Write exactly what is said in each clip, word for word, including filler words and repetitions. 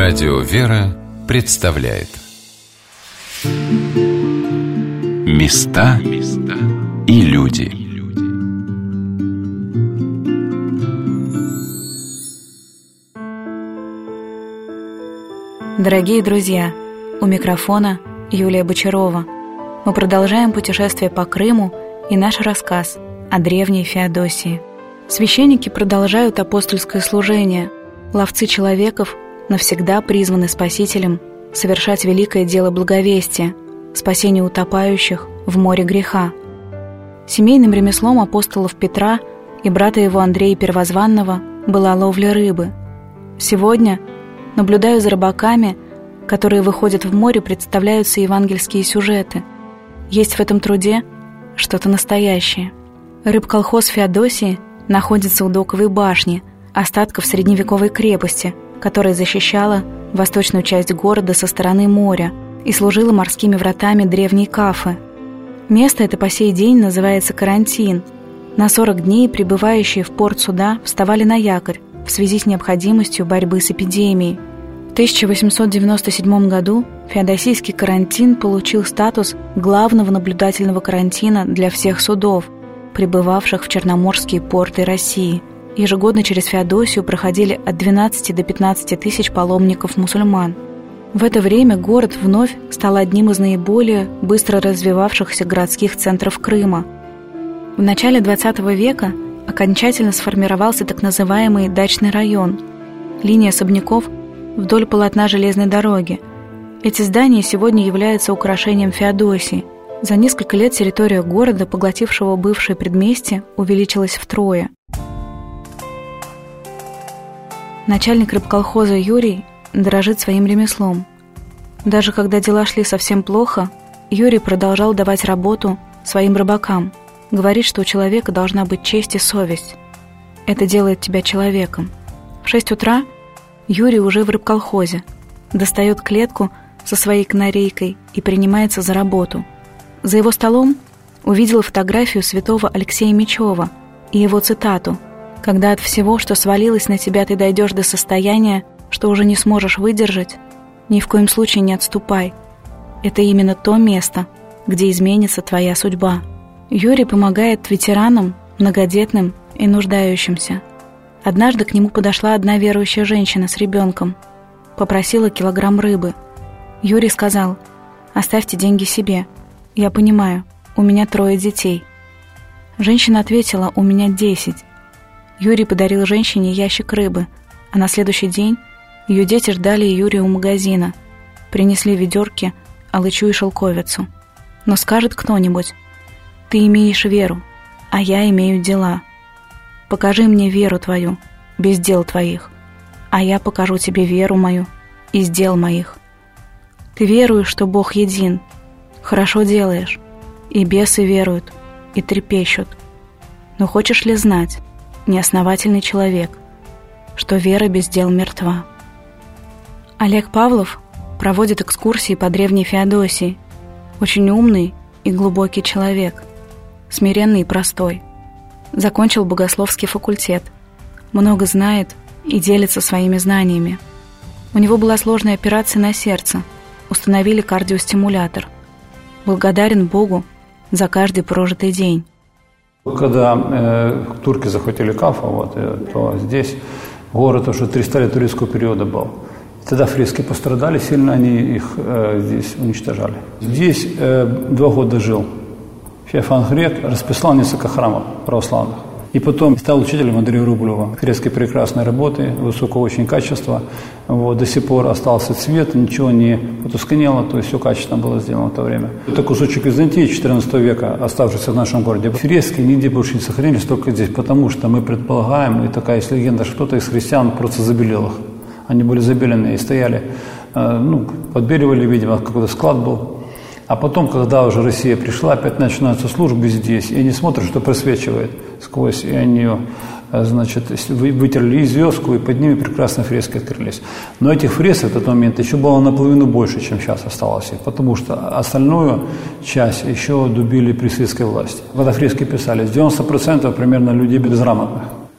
Радио «Вера» представляет Места и люди. Дорогие друзья, у микрофона Юлия Бочарова. Мы продолжаем путешествие по Крыму и наш рассказ о древней Феодосии. Священники продолжают апостольское служение. Ловцы человеков навсегда призваны Спасителем совершать великое дело благовестия, спасение утопающих в море греха. Семейным ремеслом апостолов Петра и брата его Андрея Первозванного была ловля рыбы. Сегодня, наблюдая за рыбаками, которые выходят в море, представляются евангельские сюжеты. Есть в этом труде что-то настоящее. Рыбколхоз Феодосии находится у Доковой башни, остатков средневековой крепости, которая защищала восточную часть города со стороны моря и служила морскими вратами древней Кафы. Место это по сей день называется карантин. На сорок дней прибывающие в порт суда вставали на якорь в связи с необходимостью борьбы с эпидемией. В тысяча восемьсот девяносто седьмом году феодосийский карантин получил статус главного наблюдательного карантина для всех судов, прибывавших в черноморские порты России. Ежегодно через Феодосию проходили от двенадцати до пятнадцати тысяч паломников-мусульман. В это время город вновь стал одним из наиболее быстро развивавшихся городских центров Крыма. В начале двадцатого века окончательно сформировался так называемый дачный район, линия особняков вдоль полотна железной дороги. Эти здания сегодня являются украшением Феодосии. За несколько лет территория города, поглотившего бывшее предместье, увеличилась втрое. Начальник рыбколхоза Юрий дорожит своим ремеслом. Даже когда дела шли совсем плохо, Юрий продолжал давать работу своим рыбакам. Говорит, что у человека должна быть честь и совесть. Это делает тебя человеком. В шесть утра Юрий уже в рыбколхозе, достает клетку со своей канарейкой и принимается за работу. За его столом увидел фотографию святого Алексея Мечева и его цитату: «Когда от всего, что свалилось на тебя, ты дойдешь до состояния, что уже не сможешь выдержать, ни в коем случае не отступай. Это именно то место, где изменится твоя судьба». Юрий помогает ветеранам, многодетным и нуждающимся. Однажды к нему подошла одна верующая женщина с ребенком, попросила килограмм рыбы. Юрий сказал: «Оставьте деньги себе. Я понимаю, у меня трое детей». Женщина ответила: «У меня десять». Юрий подарил женщине ящик рыбы, а на следующий день ее дети ждали Юрия у магазина. Принесли ведерки, алычу и шелковицу. Но скажет кто-нибудь: «Ты имеешь веру, а я имею дела. Покажи мне веру твою, без дел твоих, а я покажу тебе веру мою из дел моих. Ты веруешь, что Бог един, хорошо делаешь, и бесы веруют, и трепещут. Но хочешь ли знать, неосновательный человек, что вера без дел мертва?» Олег Павлов проводит экскурсии по древней Феодосии. Очень умный и глубокий человек, смиренный и простой. Закончил богословский факультет, много знает и делится своими знаниями. У него была сложная операция на сердце, установили кардиостимулятор. Благодарен Богу за каждый прожитый день. Когда э, турки захватили Кафу, вот, э, то здесь город уже триста лет турецкого периода был. Тогда фрески пострадали сильно, они их э, здесь уничтожали. Здесь э, два года жил Феофан Грек, расписал несколько храмов православных. И потом стал учителем Андрея Рублева. Фрески прекрасной работы, высокого очень качества. Вот, до сих пор остался цвет, ничего не потускнело, то есть все качественно было сделано в то время. Это кусочек Византии четырнадцатого века, оставшийся в нашем городе. Фрески нигде больше не сохранились, только здесь, потому что мы предполагаем, и такая есть легенда, что кто-то из христиан просто забелил их. Они были забеленные и стояли, ну, подбеливали, видимо, какой-то склад был. А потом, когда уже Россия пришла, опять начинаются службы здесь, и они смотрят, что просвечивает сквозь, и они ее, значит, вытерли и звездку, и под ними прекрасно фрески открылись. Но этих фресок в тот момент еще было наполовину больше, чем сейчас осталось, потому что остальную часть еще дубили при советской власти. Когда фрески писались, девяносто процентов примерно людей безграмотных.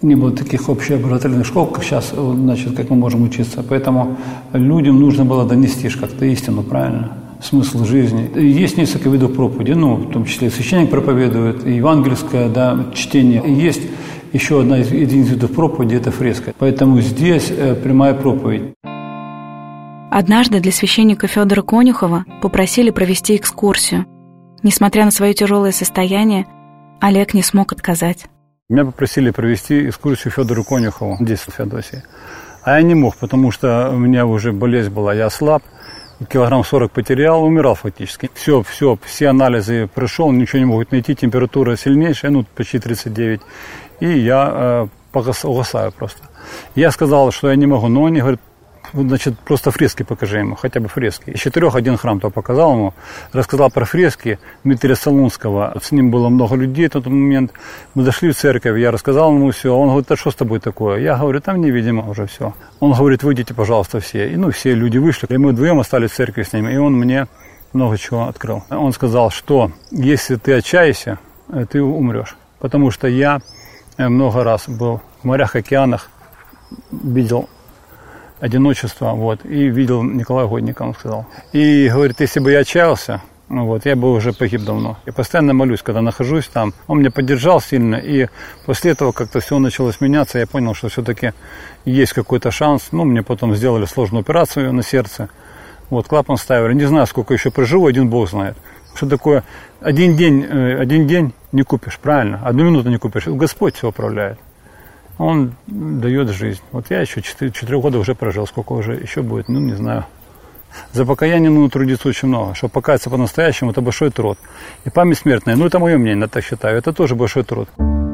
не было таких общеобразовательных школ, как сейчас, значит, как мы можем учиться. Поэтому людям нужно было донести как-то истину, правильно? Смысл жизни. Есть несколько видов проповеди, ну, в том числе и священник проповедует, и евангельское, да, чтение. И есть еще одна из, из видов проповеди – это фреска. Поэтому здесь э, прямая проповедь. Однажды для священника Федора Конюхова попросили провести экскурсию. Несмотря на свое тяжелое состояние, Олег не смог отказать. Меня попросили провести экскурсию Федору Конюхову здесь, в Феодосии. А я не мог, потому что у меня уже болезнь была, я слаб, килограмм сорок потерял, умирал фактически. Все, все, все анализы прошел, ничего не могут найти, температура сильнейшая, ну, почти тридцать девять. И я э, угасаю просто. Я сказал, что я не могу, но они говорят, значит, просто фрески покажи ему, хотя бы фрески. Из четырех один храм то показал ему, рассказал про фрески Дмитрия Солунского. С ним было много людей в тот момент. Мы дошли в церковь, я рассказал ему все. Он говорит, а что с тобой такое? Я говорю, там невидимо уже все. Он говорит, выйдите, пожалуйста, все. И ну, все люди вышли. И мы вдвоем остались в церкви с ним. И он мне много чего открыл. Он сказал, что если ты отчаешься, ты умрешь. Потому что я много раз был в морях, океанах, видел одиночество, вот, и видел Николая Годника, он сказал. И говорит, если бы я отчаялся, вот, я бы уже погиб давно. Я постоянно молюсь, когда нахожусь там. Он меня поддержал сильно, и после этого как-то все началось меняться. Я понял, что все-таки есть какой-то шанс. Ну, мне потом сделали сложную операцию на сердце. Вот, клапан ставили. Не знаю, сколько еще проживу, один Бог знает. Что такое один день, один день не купишь, правильно? Одну минуту не купишь. Господь все управляет. Он дает жизнь. Вот я еще четыре года уже прожил. Сколько уже еще будет, ну, не знаю. За покаяние нужно трудиться очень много. Чтобы покаяться по-настоящему, это большой труд. И память смертная, ну, это мое мнение, я так считаю, это тоже большой труд.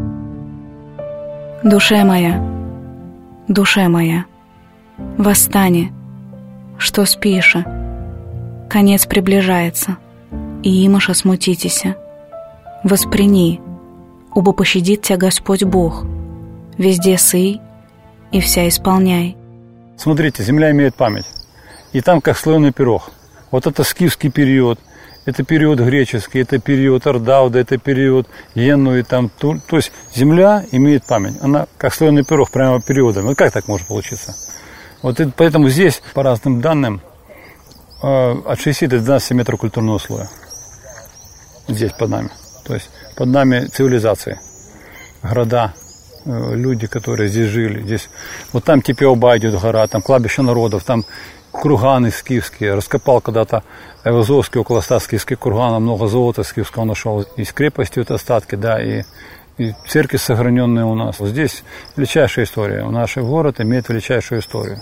Душе моя, душе моя, восстань, что спиша, конец приближается, и имаша смутитеся. Восприни, убо пощадит тебя Господь Бог. Везде сый и вся исполняй. Смотрите, земля имеет память. И там как слоеный пирог. Вот это скифский период, это период греческий, это период Ордауда, это период Генуи. Там, то, то есть земля имеет память. Она как слоеный пирог прямо периодами. Вот как так может получиться? Вот и поэтому здесь, по разным данным, от шести до двенадцати метров культурного слоя. Здесь под нами. То есть под нами цивилизации, города, люди, которые здесь жили. Здесь, вот там Тепеоба идет гора, там кладбище народов, там курганы скифские. Раскопал когда-то Айвазовский, около ста скифских курганов, много золота скифского нашел. Из крепости вот остатки, да, и, и церкви сохраненные у нас. Вот здесь величайшая история. Наш город имеет величайшую историю.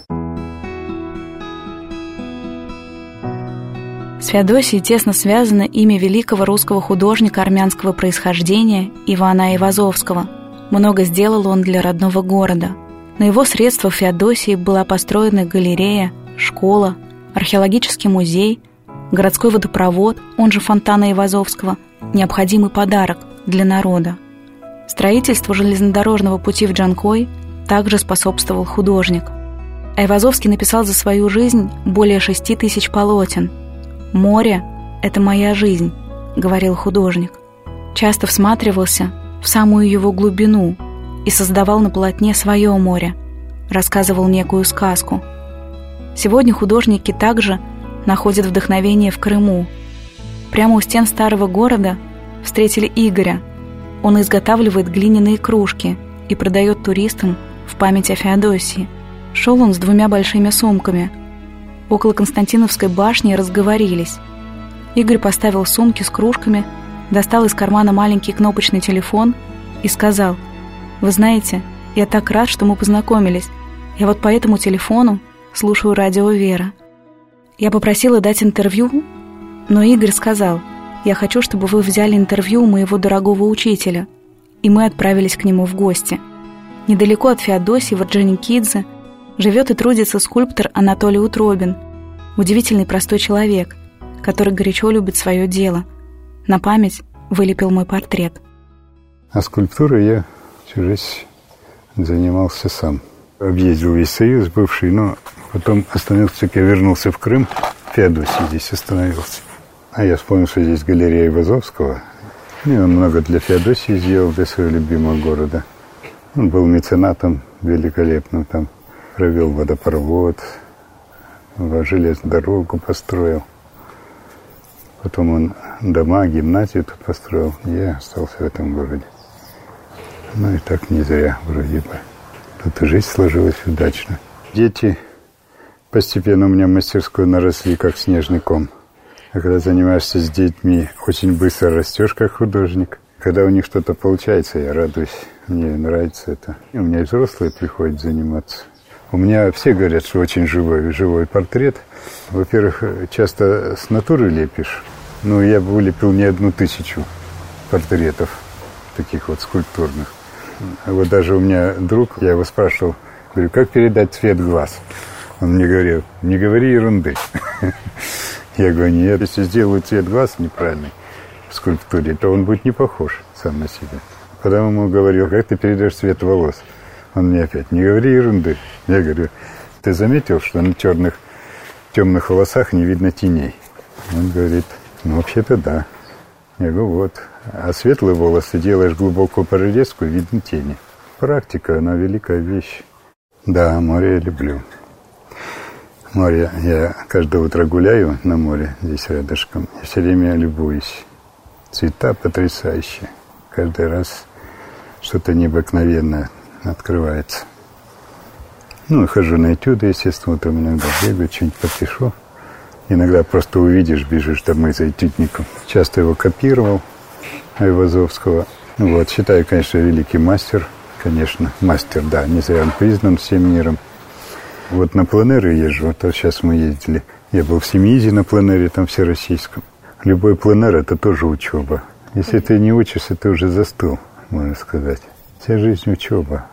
С Феодосией тесно связано имя великого русского художника армянского происхождения Ивана Айвазовского. Много сделал он для родного города. На его средства в Феодосии была построена галерея, школа, археологический музей, городской водопровод, он же фонтан Айвазовского, необходимый подарок для народа. Строительству железнодорожного пути в Джанкой также способствовал художник. Айвазовский написал за свою жизнь более шести тысяч полотен. «Море – это моя жизнь», – говорил художник. Часто всматривался в самую его глубину и создавал на полотне свое море, рассказывал некую сказку. Сегодня художники также находят вдохновение в Крыму. Прямо у стен старого города встретили Игоря. Он изготавливает глиняные кружки и продает туристам в память о Феодосии. Шел он с двумя большими сумками. Около Константиновской башни разговорились. Игорь поставил сумки с кружками, достал из кармана маленький кнопочный телефон и сказал: «Вы знаете, я так рад, что мы познакомились. Я вот по этому телефону слушаю радио «Вера». Я попросила дать интервью, но Игорь сказал: я хочу, чтобы вы взяли интервью у моего дорогого учителя. И мы отправились к нему в гости. Недалеко от Феодосии, в Орджоникидзе, живет и трудится скульптор Анатолий Утробин. Удивительный простой человек, который горячо любит свое дело. На память вылепил мой портрет. А скульптурой я всю жизнь занимался сам. Объездил весь Союз бывший, но потом остановился, я вернулся в Крым, в Феодосии здесь остановился. А я вспомнил, что здесь галерея Айвазовского. И он много для Феодосии сделал, для своего любимого города. Он был меценатом великолепным, там провел водопровод, железную дорогу построил. Потом он дома, гимназию тут построил. Я остался в этом городе. Ну и так не зря вроде бы. Тут и жизнь сложилась удачно. Дети постепенно у меня в мастерской наросли, как снежный ком. А когда занимаешься с детьми, очень быстро растешь, как художник. Когда у них что-то получается, я радуюсь. Мне нравится это. И у меня и взрослые приходят заниматься. У меня все говорят, что очень живой, живой портрет. Во-первых, часто с натуры лепишь. Ну, я бы вылепил не одну тысячу портретов, таких вот скульптурных. А вот даже у меня друг, я его спрашивал, говорю, как передать цвет глаз? Он мне говорил, не говори ерунды. Я говорю, нет, если сделаю цвет глаз неправильный в скульптуре, то он будет не похож сам на себя. Потом ему говорил, как ты передаешь цвет волос? Он мне опять, не говори ерунды. Я говорю, ты заметил, что на черных, темных волосах не видно теней? Он говорит, ну вообще-то да. Я говорю, вот. А светлые волосы делаешь глубокую прорезку, видно тени. Практика, она великая вещь. Да, море я люблю. Море, я каждое утро гуляю на море, здесь рядышком, и все время любуюсь. Цвета потрясающие. Каждый раз что-то необыкновенное открывается. Ну, и хожу на этюды, естественно, вот иногда бегаю, что-нибудь подпишу. Иногда просто увидишь, бежишь домой за этюдником. Часто его копировал, Айвазовского. Ну, вот, считаю, конечно, великий мастер, конечно, мастер, да, не зря он признан всем миром. Вот на пленэры езжу, вот сейчас мы ездили. Я был в Семиизе на пленэре, там всероссийском. Любой пленэр – это тоже учеба. Если ты не учишься, ты уже застыл, можно сказать. Вся жизнь учеба.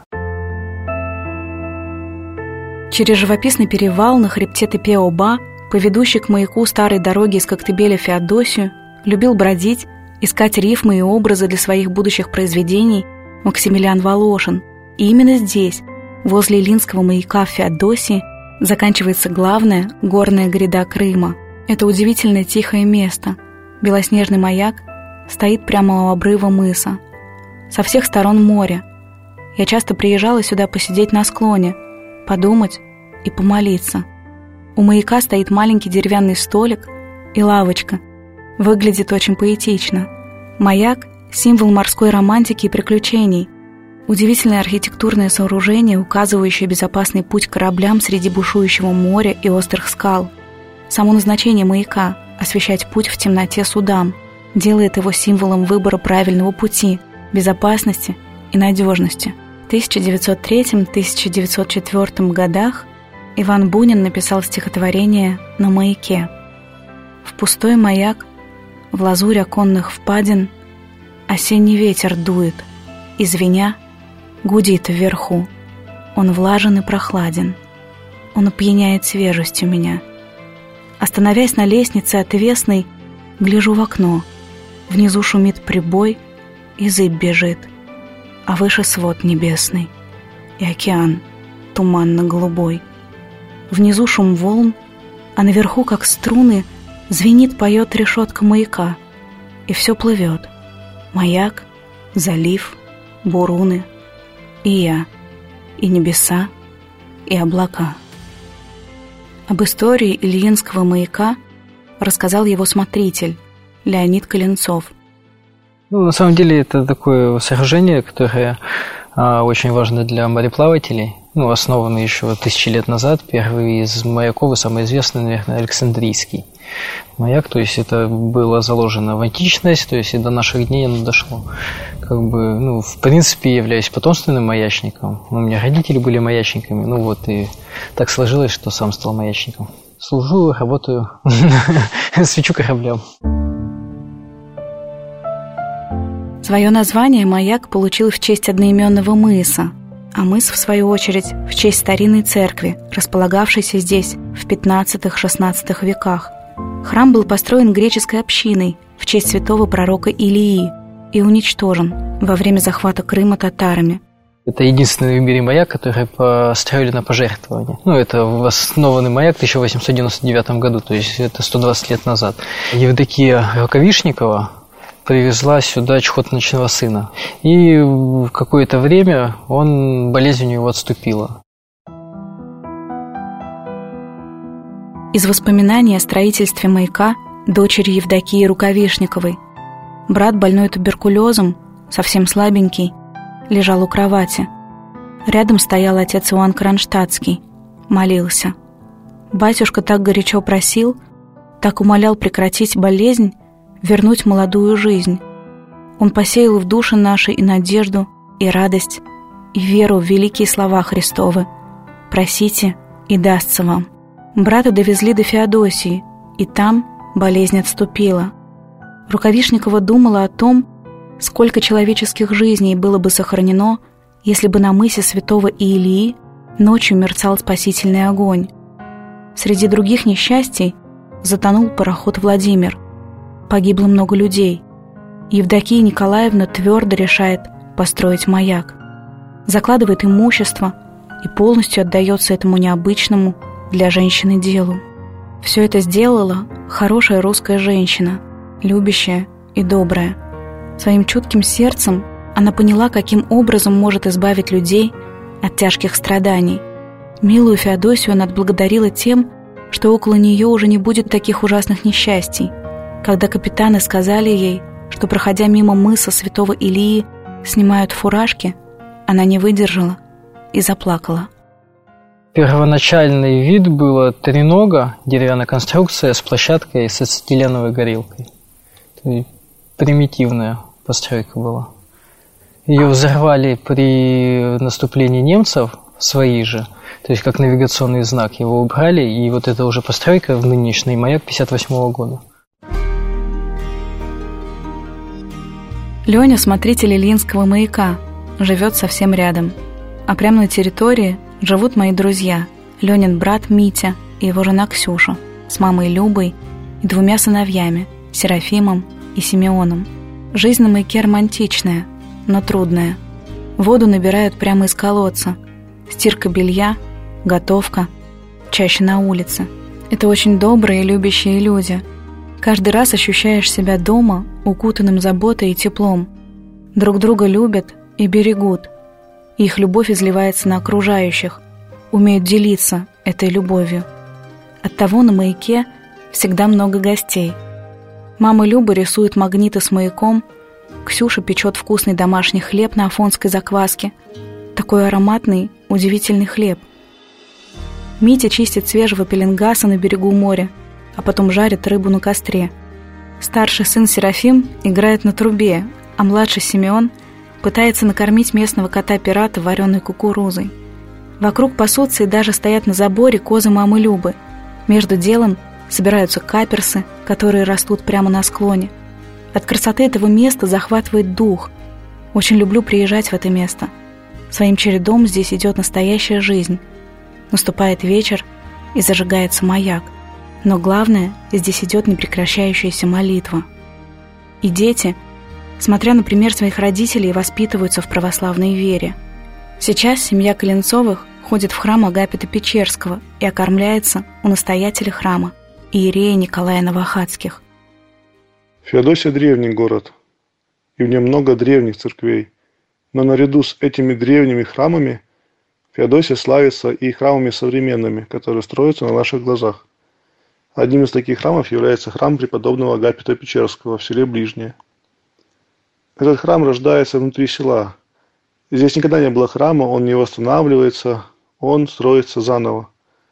Через живописный перевал на хребте Тепе-Оба, по ведущей к маяку старой дороги из Коктебеля в Феодосию, любил бродить, искать рифмы и образы для своих будущих произведений Максимилиан Волошин. И именно здесь, возле Илинского маяка в Феодосии, заканчивается главная горная гряда Крыма. Это удивительное тихое место. Белоснежный маяк стоит прямо у обрыва мыса. Со всех сторон море. Я часто приезжала сюда посидеть на склоне, подумать и помолиться. У маяка стоит маленький деревянный столик и лавочка. Выглядит очень поэтично. Маяк – символ морской романтики и приключений. Удивительное архитектурное сооружение, указывающее безопасный путь кораблям среди бушующего моря и острых скал. Само назначение маяка – освещать путь в темноте судам, делает его символом выбора правильного пути, безопасности и надежности. В тысяча девятьсот третьем — тысяча девятьсот четвёртом годах Иван Бунин написал стихотворение «На маяке». В пустой маяк, в лазурь оконных впадин, осенний ветер дует, и звеня гудит вверху. Он влажен и прохладен, он опьяняет свежестью меня. Остановясь на лестнице отвесной, гляжу в окно. Внизу шумит прибой, и зыбь бежит, а выше свод небесный, и океан туманно-голубой. Внизу шум волн, а наверху, как струны, звенит, поет решетка маяка, и все плывет. Маяк, залив, буруны, и я, и небеса, и облака. Об истории Ильинского маяка рассказал его смотритель Леонид Коленцов. Ну, на самом деле это такое сооружение, которое а, очень важно для мореплавателей. Ну, основано еще тысячи лет назад. Первый из маяков, и самый известный, наверное, Александрийский маяк. То есть это было заложено в античность, то есть и до наших дней оно дошло. Как бы, ну, в принципе, я являюсь потомственным маячником. У меня родители были маячниками. Ну вот и так сложилось, что сам стал маячником. Служу, работаю, свечу кораблям. Свое название маяк получил в честь одноименного мыса, а мыс, в свою очередь, в честь старинной церкви, располагавшейся здесь в пятнадцатом-шестнадцатом веках. Храм был построен греческой общиной в честь святого пророка Илии и уничтожен во время захвата Крыма татарами. Это единственный в мире маяк, который построили на пожертвование. Ну, это основанный маяк в тысяча восемьсот девяносто девятом году, то есть это сто двадцать лет назад. Евдокия Рукавишникова, привезла сюда чхоточного сына. И в какое-то время он, болезнь у него отступила. Из воспоминаний о строительстве маяка дочери Евдокии Рукавишниковой. Брат, больной туберкулезом, совсем слабенький, лежал у кровати. Рядом стоял отец Иоанн Кронштадтский, молился. Батюшка так горячо просил, так умолял прекратить болезнь, вернуть молодую жизнь. Он посеял в души наши и надежду, и радость, и веру в великие слова Христовы. «Просите, и дастся вам». Брата довезли до Феодосии, и там болезнь отступила. Рукавишникова думала о том, сколько человеческих жизней было бы сохранено, если бы на мысе святого Иилии ночью мерцал спасительный огонь. Среди других несчастий затонул пароход «Владимир». Погибло много людей. Евдокия Николаевна твердо решает построить маяк. Закладывает имущество и полностью отдается этому необычному для женщины делу. Все это сделала хорошая русская женщина, любящая и добрая. Своим чутким сердцем она поняла, каким образом может избавить людей от тяжких страданий. Милую Феодосию она отблагодарила тем, что около нее уже не будет таких ужасных несчастий. Когда капитаны сказали ей, что, проходя мимо мыса святого Илии, снимают фуражки, она не выдержала и заплакала. Первоначальный вид было тренога, деревянная конструкция с площадкой с ацетиленовой горелкой. Примитивная постройка была. Ее взорвали при наступлении немцев, свои же, то есть как навигационный знак, его убрали, и вот это уже постройка в нынешний маяк пятьдесят восьмого года. Леня, смотритель Ильинского маяка, живет совсем рядом. А прямо на территории живут мои друзья, Ленин брат Митя и его жена Ксюша, с мамой Любой и двумя сыновьями, Серафимом и Симеоном. Жизнь на маяке романтичная, но трудная. Воду набирают прямо из колодца. Стирка белья, готовка, чаще на улице. Это очень добрые и любящие люди. Каждый раз ощущаешь себя дома, укутанным заботой и теплом. Друг друга любят и берегут. Их любовь изливается на окружающих, умеют делиться этой любовью. Оттого на маяке всегда много гостей. Мама Люба рисует магниты с маяком, Ксюша печет вкусный домашний хлеб на афонской закваске. Такой ароматный, удивительный хлеб. Митя чистит свежего пеленгаса на берегу моря, а потом жарит рыбу на костре. Старший сын Серафим играет на трубе, а младший Симеон пытается накормить местного кота-пирата вареной кукурузой. Вокруг пасутся и даже стоят на заборе козы мамы Любы. Между делом собираются каперсы, которые растут прямо на склоне. От красоты этого места захватывает дух. Очень люблю приезжать в это место. Своим чередом здесь идет настоящая жизнь. Наступает вечер, и зажигается маяк. Но главное, здесь идет непрекращающаяся молитва. И дети, смотря на пример своих родителей, воспитываются в православной вере. Сейчас семья Коленцовых ходит в храм Агапита Печерского и окормляется у настоятеля храма, иерея Николая Новохатских. Феодосия – древний город, и в нем много древних церквей. Но наряду с этими древними храмами Феодосия славится и храмами современными, которые строятся на наших глазах. Одним из таких храмов является храм преподобного Агапита Печерского в селе Ближнее. Этот храм рождается внутри села. Здесь никогда не было храма, он не восстанавливается, он строится заново.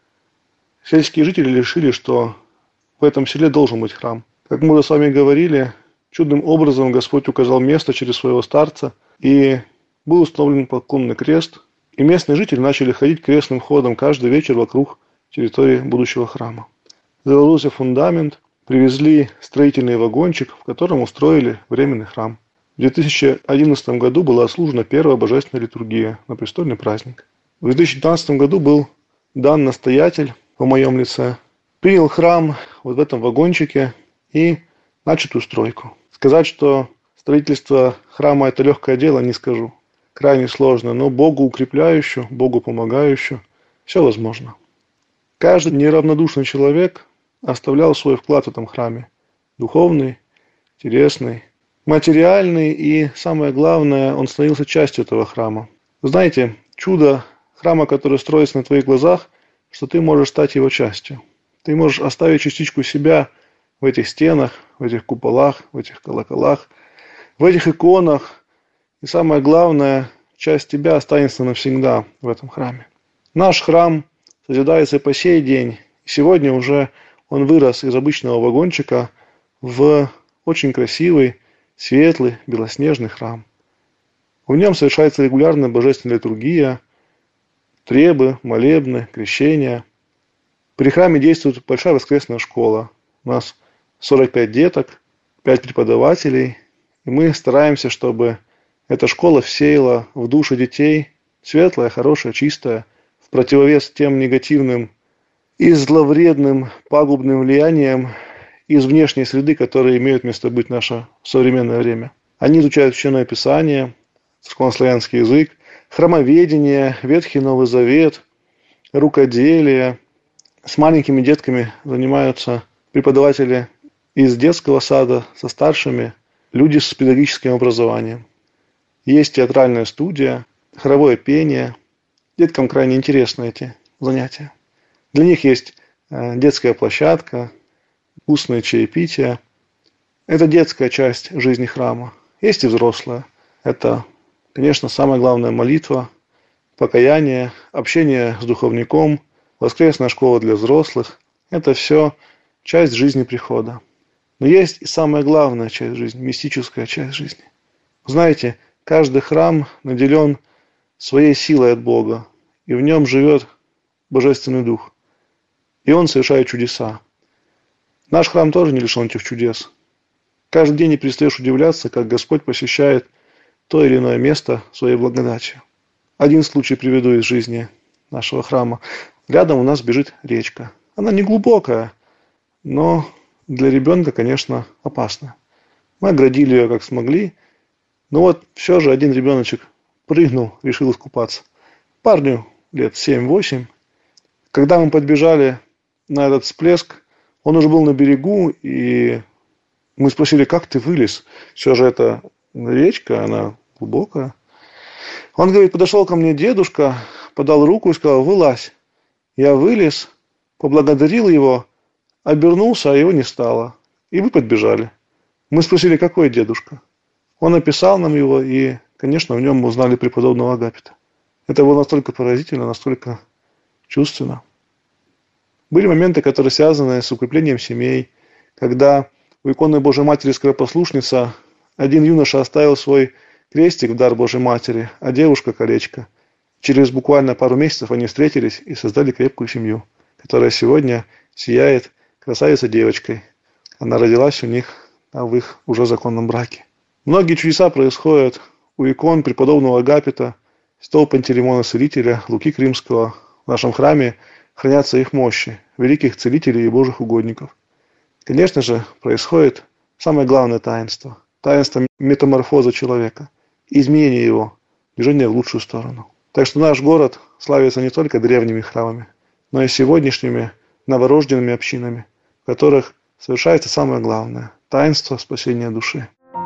Сельские жители решили, что в этом селе должен быть храм. Как мы уже с вами говорили, чудным образом Господь указал место через своего старца, и был установлен поклонный крест, и местные жители начали ходить крестным ходом каждый вечер вокруг территории будущего храма. Заложился фундамент, привезли строительный вагончик, в котором устроили временный храм. В две тысячи одиннадцатом году была отслужена первая божественная литургия на престольный праздник. В две тысячи пятнадцатом году был дан настоятель в моем лице, принял храм вот в этом вагончике и начатую стройку. Сказать, что строительство храма – это легкое дело, не скажу. Крайне сложно, но Богу укрепляющую, Богу помогающую, все возможно. Каждый неравнодушный человек оставлял свой вклад в этом храме. Духовный, телесный. материальный, и самое главное, он становился частью этого храма. Вы знаете, чудо храма, который строится на твоих глазах, что ты можешь стать его частью. Ты можешь оставить частичку себя в этих стенах, в этих куполах, в этих колоколах, в этих иконах. И самое главное, часть тебя останется навсегда в этом храме. Наш храм созидается и по сей день. Сегодня уже он вырос из обычного вагончика в очень красивый, светлый, белоснежный храм. В нем совершается регулярная божественная литургия, требы, молебны, крещения. При храме действует большая воскресная школа. У нас сорок пять деток, пять преподавателей. И мы стараемся, чтобы эта школа всеяла в души детей светлое, хорошее, чистое, в противовес тем негативным и зловредным, пагубным влияниям из внешней среды, которые имеют место быть в наше современное время. Они изучают Священное Писание, церковнославянский язык, храмоведение, Ветхий Новый Завет, рукоделие. С маленькими детками занимаются преподаватели из детского сада, со старшими, люди с педагогическим образованием. Есть театральная студия, хоровое пение. Деткам крайне интересны эти занятия. Для них есть детская площадка, устное чаепитие. Это детская часть жизни храма. Есть и взрослая. Это, конечно, самая главная молитва, покаяние, общение с духовником, воскресная школа для взрослых. Это все часть жизни прихода. Но есть и самая главная часть жизни, мистическая часть жизни. Знаете, каждый храм наделен своей силой от Бога, и в нем живет Божественный Дух. И он совершает чудеса. Наш храм тоже не лишен этих чудес. Каждый день не перестаешь удивляться, как Господь посещает то или иное место своей благодатью. Один случай приведу из жизни нашего храма. Рядом у нас бежит речка. Она не глубокая, но для ребенка, конечно, опасна. Мы оградили ее как смогли, но вот все же один ребеночек прыгнул, решил искупаться. Парню лет семь-восемь. Когда мы подбежали на этот всплеск, он уже был на берегу, и мы спросили, как ты вылез? Все же это речка, она глубокая. Он говорит, подошел ко мне дедушка, подал руку и сказал, вылазь. Я вылез, поблагодарил его, обернулся, а его не стало. И мы подбежали. Мы спросили, какой дедушка? Он описал нам его, и, конечно, в нем мы узнали преподобного Агапита. Это было настолько поразительно, настолько чувственно. Были моменты, которые связаны с укреплением семей, когда у иконы Божьей Матери скоропослушница один юноша оставил свой крестик в дар Божьей Матери, а девушка колечко. Через буквально пару месяцев они встретились и создали крепкую семью, которая сегодня сияет красавицей девочкой. Она родилась у них в их уже законном браке. Многие чудеса происходят у икон преподобного Агапита, святого Пантелеймона Целителя, Луки Кримского. В нашем храме хранятся их мощи, великих целителей и Божьих угодников. Конечно же, происходит самое главное таинство. Таинство метаморфоза человека, изменения его, движения в лучшую сторону. Так что наш город славится не только древними храмами, но и сегодняшними новорожденными общинами, в которых совершается самое главное – таинство спасения души.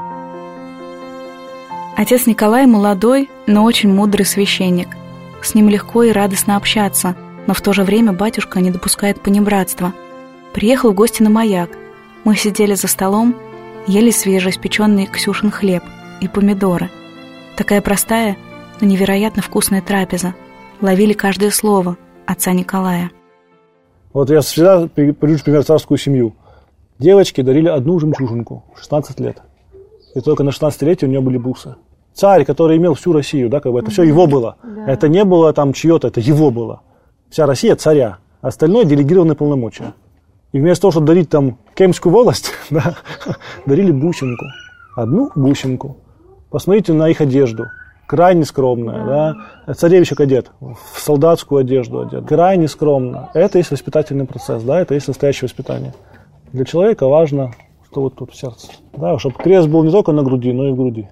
Отец Николай молодой, но очень мудрый священник. С ним легко и радостно общаться, но в то же время батюшка не допускает понебратства. Приехал в гости на маяк. Мы сидели за столом, ели свежеиспеченный Ксюшин хлеб и помидоры. Такая простая, но невероятно вкусная трапеза. Ловили каждое слово отца Николая. Вот я всегда привожу пример царскую семью. Девочки дарили одну жемчужинку в шестнадцать лет. И только на шестнадцатилетие у нее были бусы. Царь, который имел всю Россию, да, как бы это все его было. Да. Это не было там чье-то, это его было. Вся Россия царя. Остальное делегированные полномочия. И вместо того, чтобы дарить там Кемскую волость, да, дарили бусинку. Одну бусинку. Посмотрите на их одежду. Крайне скромная. Да. Да. Царевичек одет, в солдатскую одежду одет. Крайне скромно. Это есть воспитательный процесс, да, это есть настоящее воспитание. Для человека важно, что вот тут в сердце. Да, чтобы крест был не только на груди, но и в груди.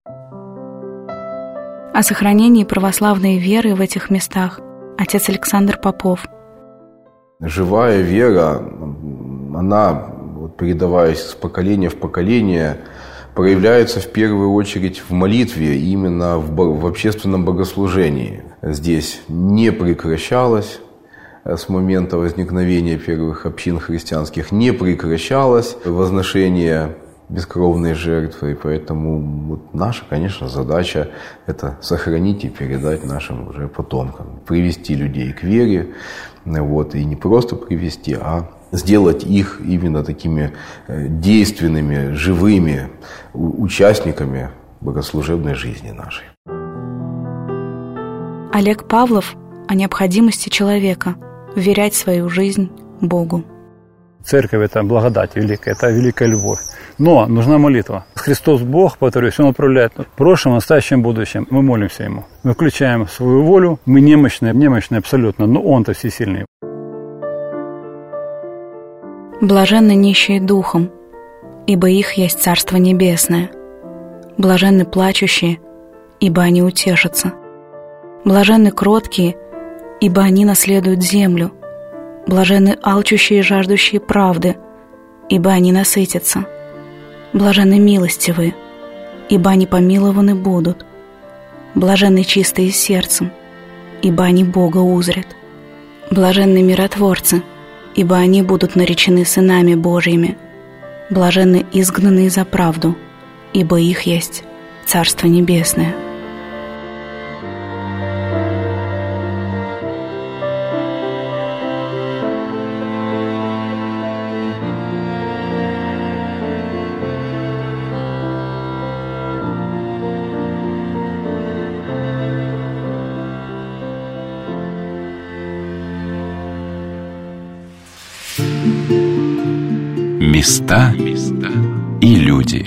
О сохранении православной веры в этих местах отец Александр Попов. Живая вера, она, вот, передаваясь с поколения в поколение, проявляются в первую очередь в молитве, именно в, в общественном богослужении. Здесь не прекращалось с момента возникновения первых общин христианских, не прекращалось возношение бескровной жертвы. И поэтому вот наша, конечно, задача – это сохранить и передать нашим уже потомкам, привести людей к вере, вот, и не просто привести, а сделать их именно такими действенными, живыми участниками богослужебной жизни нашей. Олег Павлов о необходимости человека вверять свою жизнь Богу. Церковь – это благодать великая, это великая любовь. Но нужна молитва. Христос Бог, повторюсь, Он управляет в прошлом, настоящем, будущем. Мы молимся Ему. Мы включаем свою волю. Мы немощные, немощные абсолютно, но Он-то всесильный. Блаженны нищие духом, ибо их есть Царство Небесное. Блаженны плачущие, ибо они утешатся. Блаженны кроткие, ибо они наследуют землю. Блаженны алчущие и жаждущие правды, ибо они насытятся. Блаженны милостивые, ибо они помилованы будут. Блаженны чистые сердцем, ибо они Бога узрят. Блаженны миротворцы, ибо они будут наречены сынами Божьими. Блаженны изгнанные за правду, ибо их есть Царство Небесное. Места и люди.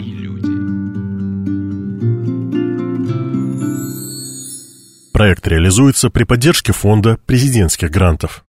Проект реализуется при поддержке Фонда президентских грантов.